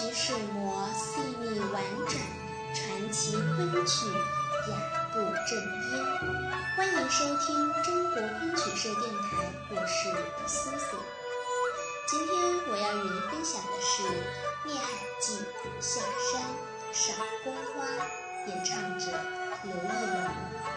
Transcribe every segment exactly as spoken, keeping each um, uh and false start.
皮水磨细腻婉转，传奇昆曲雅步正烟。欢迎收听中国昆曲社电台，我是苏苏。今天我要与您分享的是《孽海记·下山赏宫花》，演唱者刘义龙。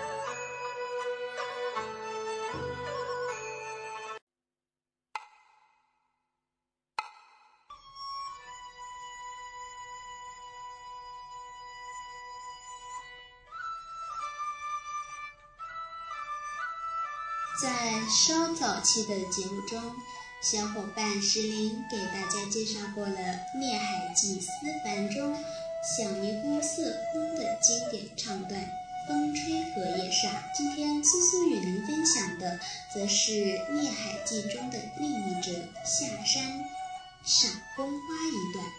在稍早期的节目中，小伙伴石林给大家介绍过了《孽海记·思凡》中小尼姑色空的经典唱段《风吹荷叶上》。今天苏苏与您分享的则是《孽海记》中的另一折下山赏宫花一段。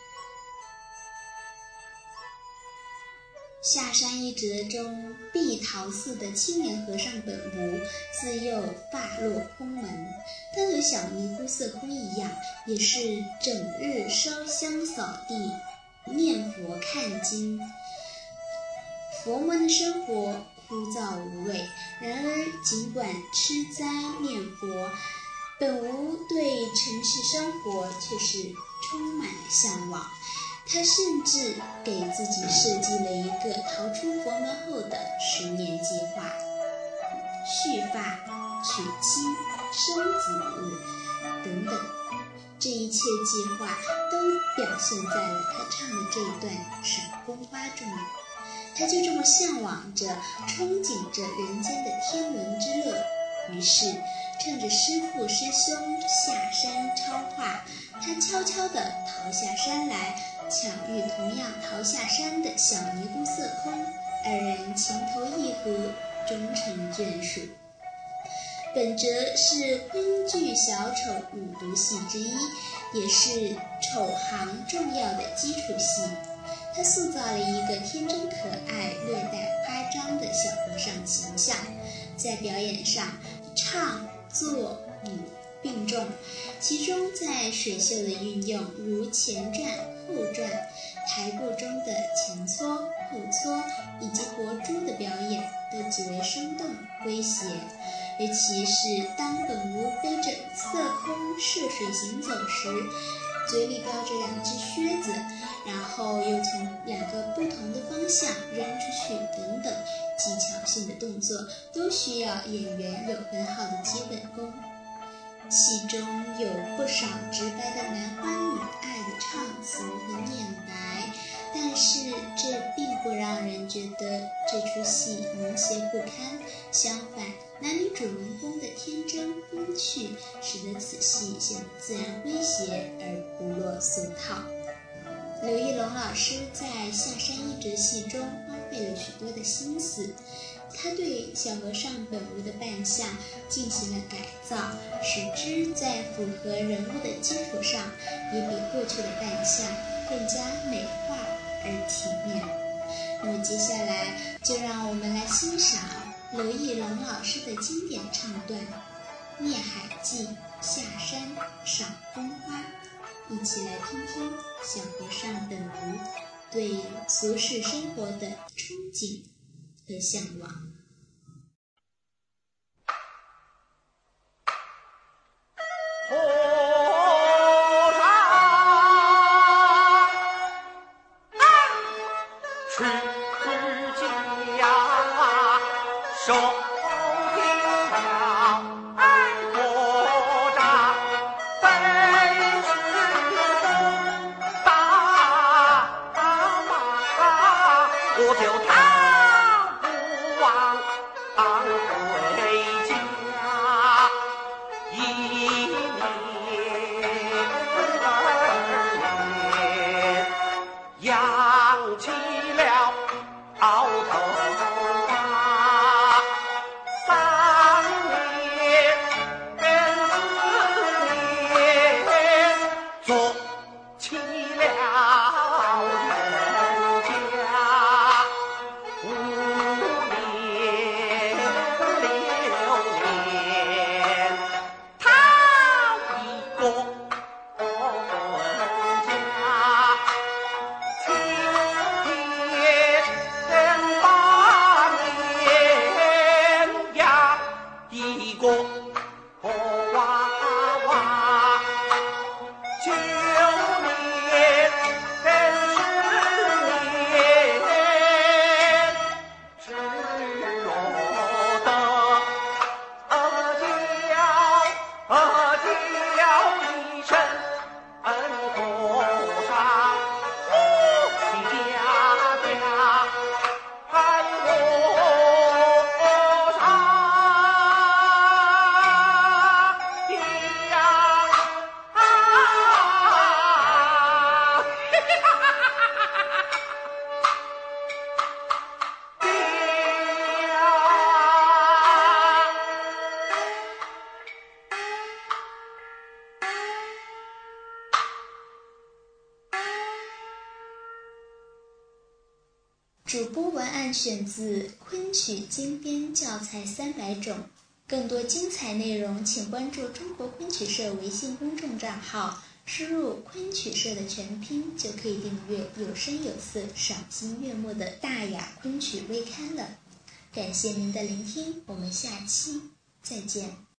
下山一折中，碧桃寺的青年和尚本无自幼发落空门，他和小尼姑色空一样，也是整日烧香扫地、念佛看经。佛门的生活枯燥无味，然而尽管吃斋念佛，本无对尘世生活却是充满了向往。他甚至给自己设计了一个逃出佛门后的十年计划：蓄发、娶妻、生子等等。这一切计划都表现在了他唱的这一段赏宫花中。他就这么向往着、憧憬着人间的天伦之乐，于是趁着师父师兄下山抄画，他悄悄地逃下山来，巧遇同样逃下山的小尼姑色空，二人情投意合，终成眷属。本折是昆剧小丑五毒戏之一，也是丑行重要的基础戏。它塑造了一个天真可爱、略带夸张的小和尚形象，在表演上唱、作、舞并重，其中在水袖的运用，如前转、后转，台步中的前搓、后搓，以及活猪的表演，都极为生动诙谐。尤其是当本无背着色空涉水行走时，嘴里叼着两只靴子，然后又从两个不同的方向扔出去等等技巧性的动作，都需要演员有很好的基本功。戏中有不少直白的男欢女爱的唱词和念白，但是这并不让人觉得这出戏萌邪不堪，相反，男女主人公的天真风趣，使得此戏显得自然诙谐而不落俗套。刘义龙老师在下山一折戏中花费了许多的心思，他对小和尚本无的扮相进行了改造，使之在符合人物的基础上，也比过去的扮相更加美化而体面。那么接下来就让我们来欣赏刘义龙老师的经典唱段《孽海记·下山赏宫花》，一起来听听小和尚本无对俗世生活的憧憬和向往。 我就逃不忘个娃娃，九年十年，只落得交交一身多少。 主播文案选自昆曲精编教材三百种，更多精彩内容请关注中国昆曲社微信公众账号，输入昆曲社的全拼就可以订阅有声有色、赏心悦目的大雅昆曲微刊了。感谢您的聆听，我们下期再见。